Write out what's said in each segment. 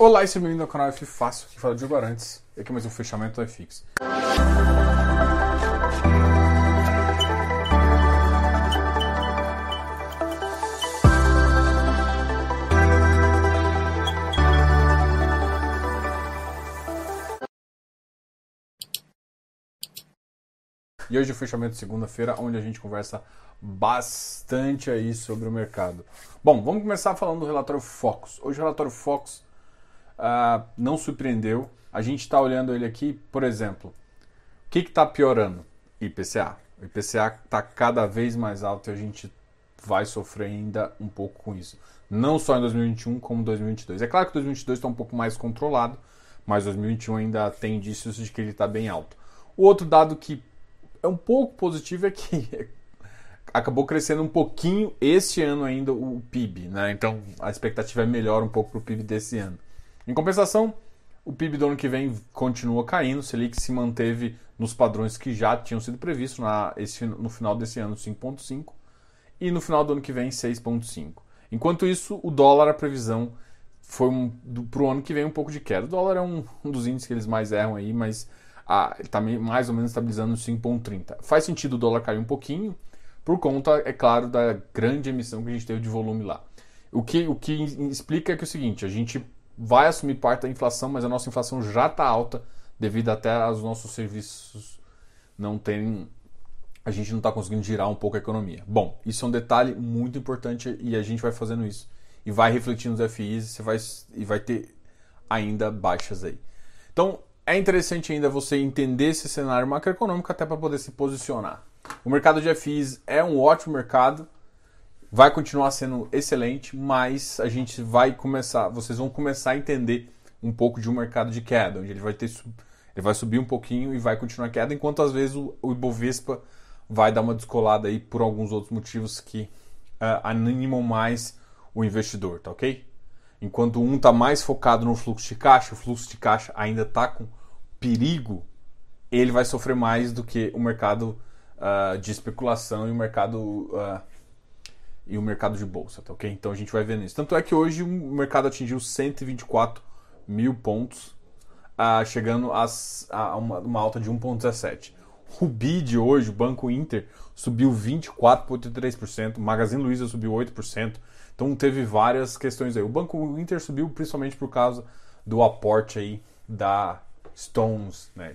Olá e seja bem-vindo ao canal F Fácil, que fala de Diogo Arantes. E aqui mais um fechamento do FX. E hoje é o fechamento de segunda-feira, onde a gente conversa bastante aí sobre o mercado. Bom, vamos começar falando do relatório Focus. Hoje o relatório Focus não surpreendeu. A gente está olhando ele aqui, por exemplo, o que está piorando? IPCA. O IPCA está cada vez mais alto e a gente vai sofrer ainda um pouco com isso. Não só em 2021, como em 2022. É claro que 2022 está um pouco mais controlado, mas 2021 ainda tem indícios de que ele está bem alto. O outro dado que é um pouco positivo é que acabou crescendo um pouquinho este ano ainda o PIB, né? Então a expectativa é melhor um pouco para o PIB desse ano. Em compensação, o PIB do ano que vem continua caindo, o Selic se manteve nos padrões que já tinham sido previstos no final desse ano 5,5 e no final do ano que vem 6,5. Enquanto isso, o dólar, a previsão foi para o ano que vem um pouco de queda. O dólar é um dos índices que eles mais erram aí, mas ele está mais ou menos estabilizando no 5,30. Faz sentido o dólar cair um pouquinho, por conta, é claro, da grande emissão que a gente teve de volume lá. O que explica que é o seguinte, a gente vai assumir parte da inflação, mas a nossa inflação já está alta devido até aos nossos serviços a gente não está conseguindo girar um pouco a economia. Bom, isso é um detalhe muito importante e a gente vai fazendo isso e vai refletir nos FIs e vai ter ainda baixas aí. Então, é interessante ainda você entender esse cenário macroeconômico até para poder se posicionar. O mercado de FIs é um ótimo mercado, vai continuar sendo excelente, mas vocês vão começar a entender um pouco de um mercado de queda, onde ele vai subir um pouquinho e vai continuar queda, enquanto às vezes o Ibovespa vai dar uma descolada aí por alguns outros motivos que animam mais o investidor, tá ok? Enquanto um está mais focado no fluxo de caixa, o fluxo de caixa ainda está com perigo, ele vai sofrer mais do que o mercado de especulação e o mercado de bolsa, tá ok? Então a gente vai vendo isso. Tanto é que hoje o mercado atingiu 124 mil pontos, chegando a uma alta de 1,17. O BID hoje, o Banco Inter, subiu 24,83%, o Magazine Luiza subiu 8%. Então teve várias questões aí. O Banco Inter subiu principalmente por causa do aporte aí da Stones, né?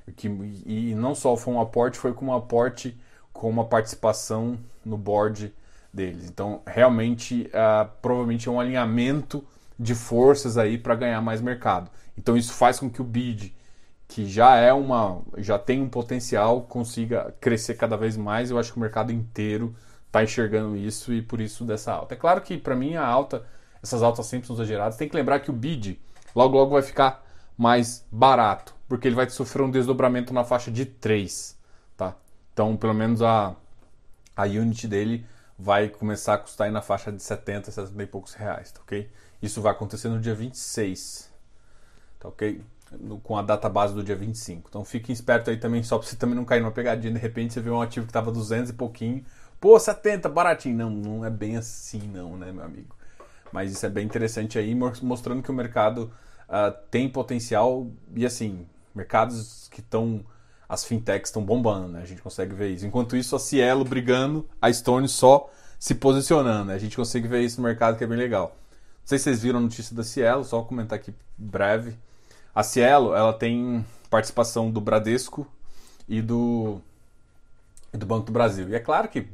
E não só foi um aporte, foi com um aporte com uma participação no board deles. Então realmente, provavelmente é um alinhamento de forças aí para ganhar mais mercado. Então isso faz com que o BID, que já tem um potencial, consiga crescer cada vez mais. Eu acho que o mercado inteiro está enxergando isso e por isso dessa alta. É claro que para mim essas altas sempre são exageradas. Tem que lembrar que o BID logo vai ficar mais barato, porque ele vai sofrer um desdobramento na faixa de 3, tá? Então pelo menos a unit dele vai começar a custar aí na faixa de 70 e poucos reais, tá ok? Isso vai acontecer no dia 26, tá ok? Com a data base do dia 25. Então fiquem esperto aí também, só para você também não cair numa pegadinha. De repente você vê um ativo que estava 200 e pouquinho, pô, 70, baratinho. Não é bem assim não, né, meu amigo? Mas isso é bem interessante aí, mostrando que o mercado tem potencial e assim, mercados que as fintechs estão bombando, né? A gente consegue ver isso. Enquanto isso, a Cielo brigando, a Stone só se posicionando, né? A gente consegue ver isso no mercado, que é bem legal. Não sei se vocês viram a notícia da Cielo, só vou comentar aqui breve. A Cielo, ela tem participação do Bradesco e do Banco do Brasil. E é claro que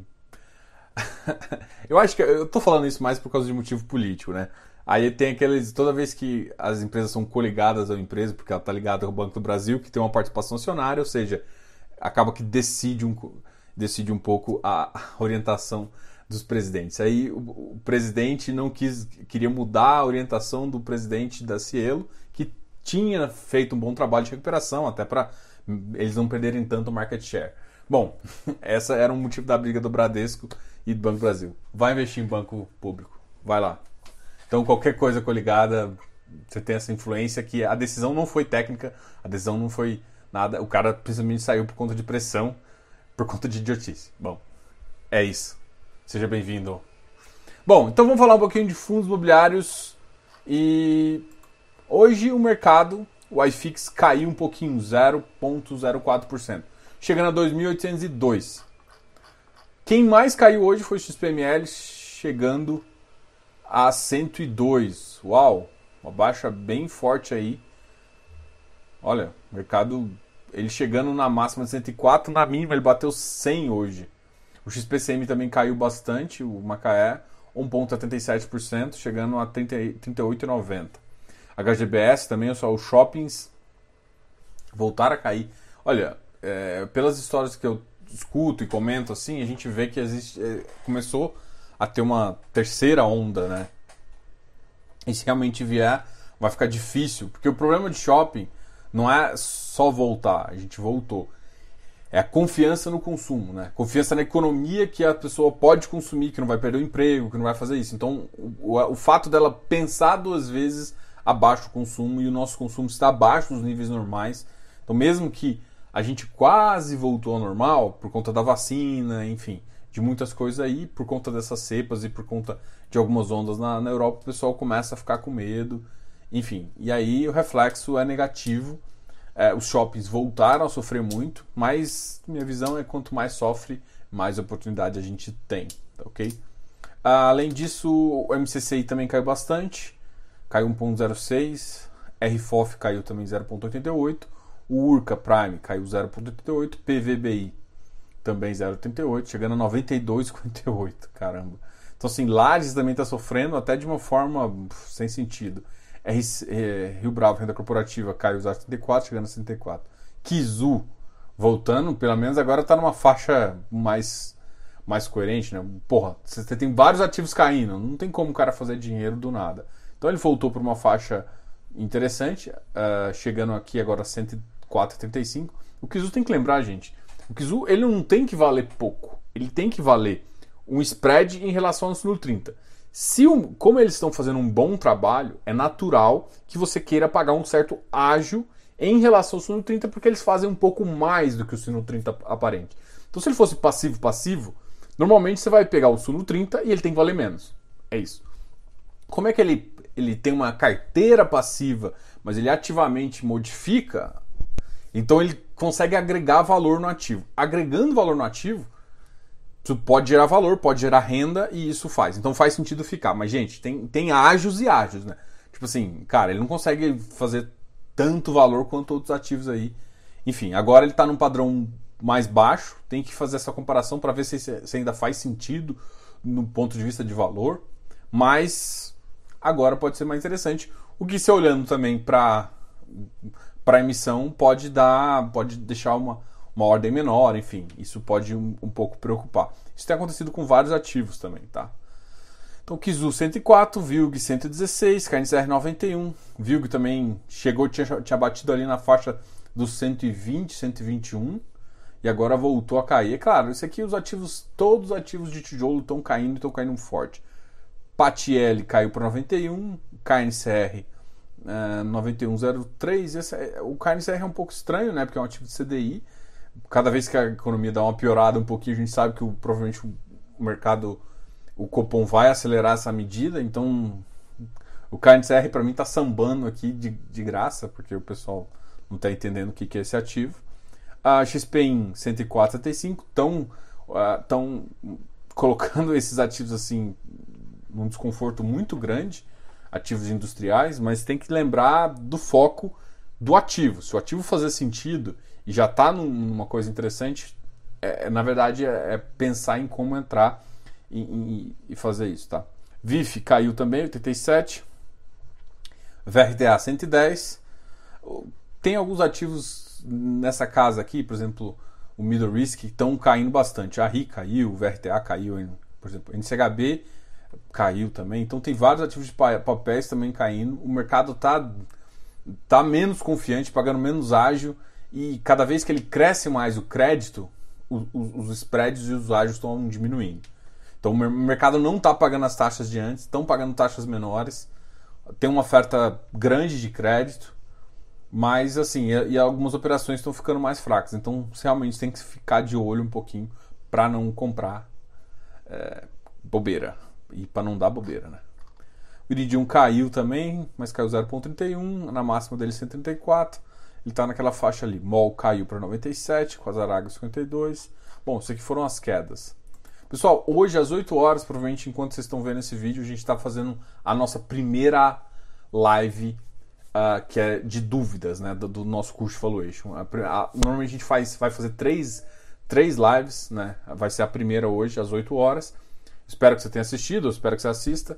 eu acho que eu tô falando isso mais por causa de motivo político, né? Aí tem toda vez que as empresas são coligadas à empresa, porque ela está ligada ao Banco do Brasil, que tem uma participação acionária, ou seja, acaba que decide um pouco a orientação dos presidentes. Aí o presidente queria mudar a orientação do presidente da Cielo, que tinha feito um bom trabalho de recuperação, até para eles não perderem tanto market share. Bom, essa era um motivo da briga do Bradesco e do Banco do Brasil. Vai investir em banco público, vai lá. Então qualquer coisa coligada, você tem essa influência que a decisão não foi técnica, a decisão não foi nada, o cara principalmente saiu por conta de pressão, por conta de idiotice. Bom, é isso. Seja bem-vindo. Bom, então vamos falar um pouquinho de fundos imobiliários e Hoje o mercado, o iFix caiu um pouquinho, 0,04%, chegando a 2.802. Quem mais caiu hoje foi o XPML, chegando a 102. Uau, uma baixa bem forte aí. Olha, o mercado, ele chegando na máxima de 104, na mínima ele bateu 100 hoje. O XPCM também caiu bastante, o Macaé, 1,77%, chegando a 38,90. HGBS também, só os shoppings voltaram a cair. Olha, pelas histórias que eu escuto e comento assim, a gente vê que começou a ter uma terceira onda, né? E se realmente vier, vai ficar difícil, porque o problema de shopping não é só voltar, a gente voltou. É a confiança no consumo, né? Confiança na economia, que a pessoa pode consumir, que não vai perder o emprego, que não vai fazer isso. Então, o fato dela pensar duas vezes abaixa o consumo, e o nosso consumo está abaixo dos níveis normais. Então, mesmo que a gente quase voltou ao normal, por conta da vacina, enfim, de muitas coisas aí, por conta dessas cepas e por conta de algumas ondas na Europa, o pessoal começa a ficar com medo, enfim. E aí o reflexo é negativo. Os shoppings voltaram a sofrer muito, mas minha visão é quanto mais sofre, mais oportunidade a gente tem, ok? Além disso, o MCCI também caiu bastante, caiu 1,06, RFOF caiu também 0,88, o Urca Prime caiu 0,88, PVBI também 0,88, chegando a 92,58, caramba. Então assim, Lages também está sofrendo até de uma forma sem sentido. Rio Bravo, renda corporativa, caiu 0,34, chegando a 64. Kizu, voltando, pelo menos agora está numa faixa mais coerente, né? Porra, você tem vários ativos caindo, não tem como o cara fazer dinheiro do nada. Então ele voltou para uma faixa interessante, chegando aqui agora a 104,35. O Kizu tem que lembrar, gente, o Kizu ele não tem que valer pouco, ele tem que valer um spread em relação ao Suno 30. Como eles estão fazendo um bom trabalho, é natural que você queira pagar um certo ágio em relação ao Suno 30, porque eles fazem um pouco mais do que o Suno 30 aparente. Então, se ele fosse passivo, normalmente você vai pegar o Suno 30 e ele tem que valer menos. É isso. Como é que ele tem uma carteira passiva, mas ele ativamente modifica, então ele consegue agregar valor no ativo. Agregando valor no ativo, isso pode gerar valor, pode gerar renda, e isso faz. Então faz sentido ficar. Mas, gente, tem ágios e ágios, né? Tipo assim, cara, ele não consegue fazer tanto valor quanto outros ativos aí. Enfim, agora ele está num padrão mais baixo. Tem que fazer essa comparação para ver se ainda faz sentido no ponto de vista de valor. Mas agora pode ser mais interessante. O que, se olhando também para a emissão, pode deixar uma ordem menor, enfim, isso pode um pouco preocupar. Isso tem acontecido com vários ativos também, tá? Então, Kizu 104, VILG 116, KNCR 91, VILG também tinha batido ali na faixa dos 120, 121, e agora voltou a cair. É claro, isso aqui, todos os ativos de tijolo estão caindo forte. PATL caiu para 91, KNCR 91,03, o KNCR é um pouco estranho, né, porque é um ativo de CDI. Cada vez que a economia dá uma piorada um pouquinho, a gente sabe que provavelmente o mercado, o Copom vai acelerar essa medida. Então o KNCR para mim está sambando aqui de graça, porque o pessoal não está entendendo o que é esse ativo. A XP em 104,75 estão colocando esses ativos assim num desconforto muito grande, ativos industriais, mas tem que lembrar do foco do ativo. Se o ativo fazer sentido e já está numa coisa interessante, na verdade é pensar em como entrar e fazer isso, tá? VIF caiu também, 87, VRTA 110. Tem alguns ativos nessa casa aqui, por exemplo, o Middle Risk, que estão caindo bastante. A RI caiu, o VRTA caiu, por exemplo, o NCHB caiu também. Então tem vários ativos de papéis também caindo. O mercado tá menos confiante, pagando menos ágil, e cada vez que ele cresce mais o crédito, os spreads e os ágios estão diminuindo. Então o mercado não está pagando as taxas de antes, estão pagando taxas menores, tem uma oferta grande de crédito, mas assim, e algumas operações estão ficando mais fracas. Então realmente tem que ficar de olho um pouquinho para não comprar bobeira, e para não dar bobeira, né? O Iridium caiu também, mas caiu 0,31, na máxima dele 134. Ele está naquela faixa ali. MOL caiu para 97, com a Zarago 52. Bom, isso aqui foram as quedas. Pessoal, hoje às 8 horas, provavelmente enquanto vocês estão vendo esse vídeo, a gente está fazendo a nossa primeira live que é de dúvidas, né, do nosso curso de Valuation. Normalmente a gente vai fazer três lives, né? Vai ser a primeira hoje às 8 horas. Espero que você tenha assistido, espero que você assista.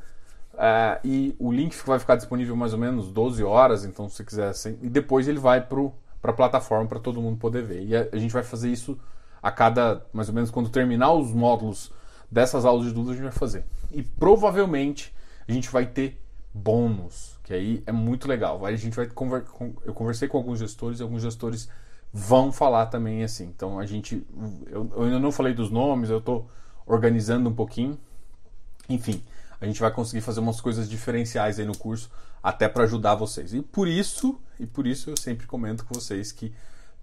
E o link vai ficar disponível mais ou menos 12 horas, então se você quiser assim, e depois ele vai para a plataforma para todo mundo poder ver. E a gente vai fazer isso a cada, mais ou menos, quando terminar os módulos dessas aulas de dúvidas, a gente vai fazer. E provavelmente a gente vai ter bônus, que aí é muito legal. A gente vai eu conversei com alguns gestores e alguns gestores vão falar também assim. Então eu ainda não falei dos nomes, eu estou organizando um pouquinho. Enfim, a gente vai conseguir fazer umas coisas diferenciais aí no curso, até para ajudar vocês. E por isso eu sempre comento com vocês que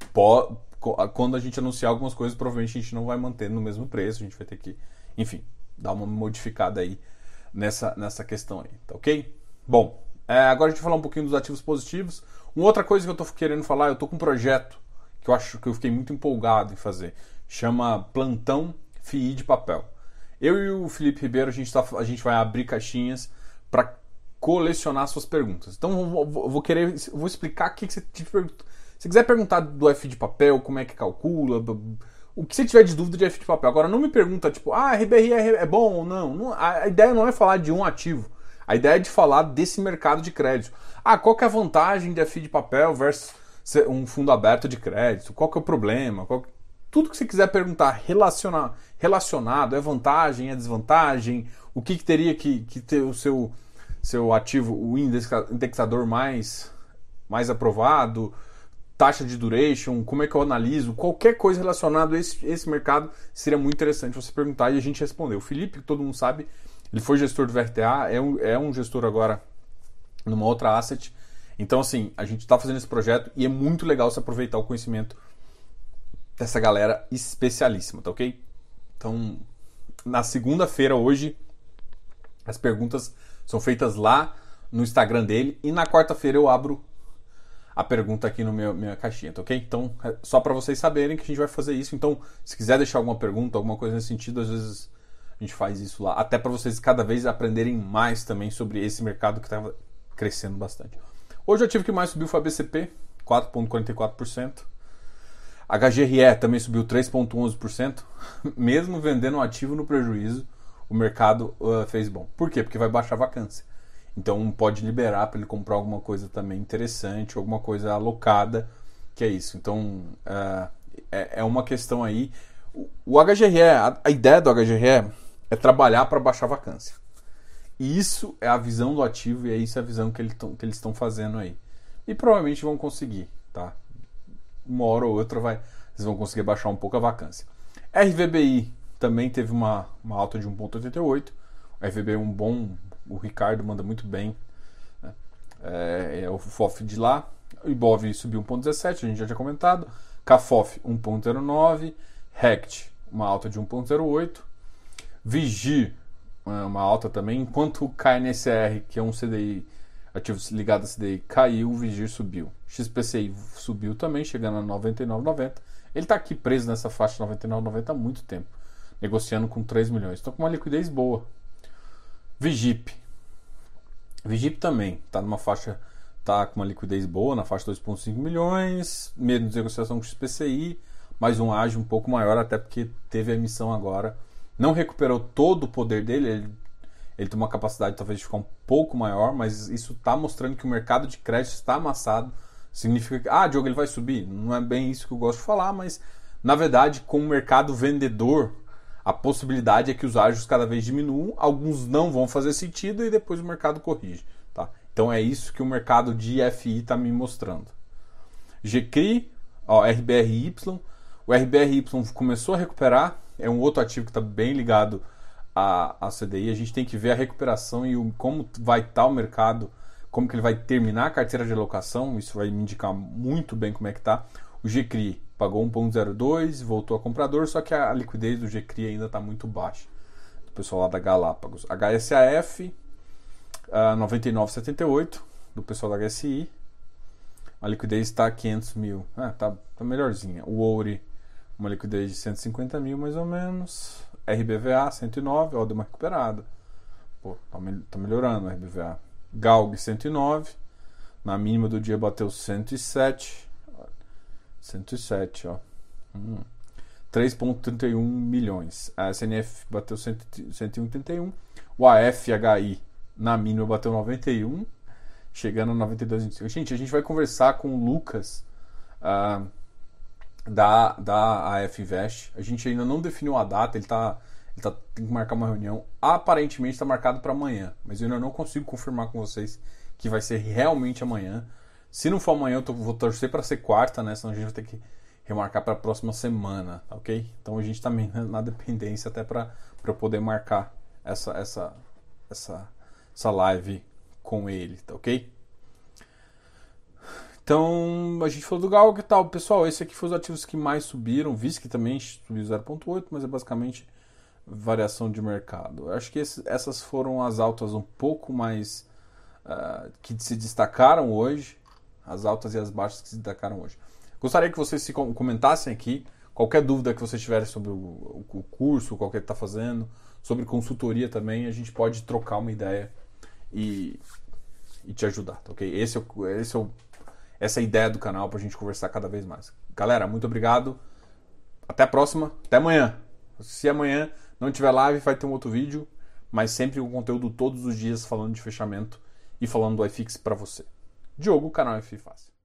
quando a gente anunciar algumas coisas, provavelmente a gente não vai manter no mesmo preço, a gente vai ter que, enfim, dar uma modificada aí nessa questão aí, tá ok? Bom, agora a gente vai falar um pouquinho dos ativos positivos. Uma outra coisa que eu tô querendo falar, eu tô com um projeto que eu acho que eu fiquei muito empolgado em fazer, chama Plantão FII de Papel. Eu e o Felipe Ribeiro, a gente vai abrir caixinhas para colecionar suas perguntas. Então eu vou explicar o que você te pergunta. Se quiser perguntar do FI de papel, como é que calcula, o que você tiver de dúvida de FI de papel. Agora não me pergunta tipo, RBRE é bom ou não. A ideia não é falar de um ativo. A ideia é de falar desse mercado de crédito. Qual que é a vantagem de FI de papel versus um fundo aberto de crédito? Qual que é o problema? Tudo que você quiser perguntar relacionado, é vantagem, é desvantagem, o que teria que ter o seu ativo, o indexador mais aprovado, taxa de duration, como é que eu analiso, qualquer coisa relacionada a esse mercado seria muito interessante você perguntar e a gente responder. O Felipe, que todo mundo sabe, ele foi gestor do VRTA, é um gestor agora numa outra asset. Então, assim, a gente está fazendo esse projeto e é muito legal você aproveitar o conhecimento dessa galera especialíssima, tá ok? Então, na segunda-feira, hoje, as perguntas são feitas lá no Instagram dele e na quarta-feira eu abro a pergunta aqui no minha caixinha, tá ok? Então, só para vocês saberem que a gente vai fazer isso. Então, se quiser deixar alguma pergunta, alguma coisa nesse sentido, às vezes a gente faz isso lá, até para vocês cada vez aprenderem mais também sobre esse mercado que está crescendo bastante. Hoje o ativo que mais subiu foi a BCP, 4,44%. HGRE também subiu 3,11%, mesmo vendendo um ativo no prejuízo, o mercado fez bom. Por quê? Porque vai baixar a vacância. Então pode liberar para ele comprar alguma coisa também interessante, alguma coisa alocada, que é isso. Então é uma questão aí. O HGRE, a ideia do HGRE é trabalhar para baixar a vacância. E isso é a visão do ativo e é isso a visão que eles estão fazendo aí. E provavelmente vão conseguir, tá? Uma hora ou outra vocês vão conseguir baixar um pouco a vacância. RVBI também teve uma alta de 1,88. O RVBI é um bom, o Ricardo manda muito bem, né? É o FOF de lá. O IBOV subiu 1,17, a gente já tinha comentado. CAFOF 1,09. RECT, uma alta de 1,08. Vigir, uma alta também. Enquanto o KNSR, que é um CDI, ativo ligado a CDI, caiu, o Vigir subiu. XPCI subiu também, chegando a 99,90. Ele está aqui preso nessa faixa de 99,90 há muito tempo, negociando com 3 milhões. Então com uma liquidez boa. Vigip também está numa faixa, está com uma liquidez boa, na faixa de 2,5 milhões, menos negociação com o XPCI, mas um ágio um pouco maior, até porque teve a emissão agora. Não recuperou todo o poder dele, ele tem uma capacidade talvez de ficar um pouco maior, mas isso está mostrando que o mercado de crédito está amassado. Significa que, Diogo, ele vai subir? Não é bem isso que eu gosto de falar, mas na verdade, com o mercado vendedor, a possibilidade é que os ágios cada vez diminuam, alguns não vão fazer sentido e depois o mercado corrige. Tá? Então é isso que o mercado de FI está me mostrando. GCRI, RBRY, o RBRY começou a recuperar, é um outro ativo que está bem ligado à CDI. A gente tem que ver a recuperação e como vai estar o mercado, como que ele vai terminar a carteira de alocação, isso vai me indicar muito bem como é que está. O GCRI pagou 1,02, voltou a comprador, só que a liquidez do GCRI ainda está muito baixa. O pessoal lá da Galápagos. HSAF 99,78 do pessoal da HSI. A liquidez está 500 mil. Tá melhorzinha. O Ouri, uma liquidez de 150 mil mais ou menos. RBVA 109, deu uma recuperada. Tá melhorando o RBVA. Galg 109. Na mínima do dia bateu 107. 107, 3,31 milhões. A SNF bateu 101,31. O AFHI na mínima bateu 91, chegando a 92,25. Gente, a gente vai conversar com o Lucas da AF Invest. A gente ainda não definiu a data, tem que marcar uma reunião. Aparentemente está marcado para amanhã, mas eu ainda não consigo confirmar com vocês que vai ser realmente amanhã. Se não for amanhã, eu vou torcer para ser quarta, né? Senão a gente vai ter que remarcar para a próxima semana, ok? Então a gente está na dependência até para eu poder marcar essa live com ele, tá ok? Então a gente falou do Galg e tal. Pessoal, esse aqui foi os ativos que mais subiram. VISC também subiu 0,8, mas é basicamente variação de mercado. Eu acho que essas foram as altas um pouco mais que se destacaram hoje. As altas e as baixas que se destacaram hoje. Gostaria que vocês comentassem aqui qualquer dúvida que vocês tiverem sobre o curso, qualquer que está fazendo, sobre consultoria também, a gente pode trocar uma ideia e te ajudar, tá ok? Essa é a ideia do canal para a gente conversar cada vez mais. Galera, muito obrigado. Até a próxima. Até amanhã. Se amanhã não tiver live, vai ter um outro vídeo, mas sempre com conteúdo todos os dias falando de fechamento e falando do iFix para você. Diogo, canal F Fácil.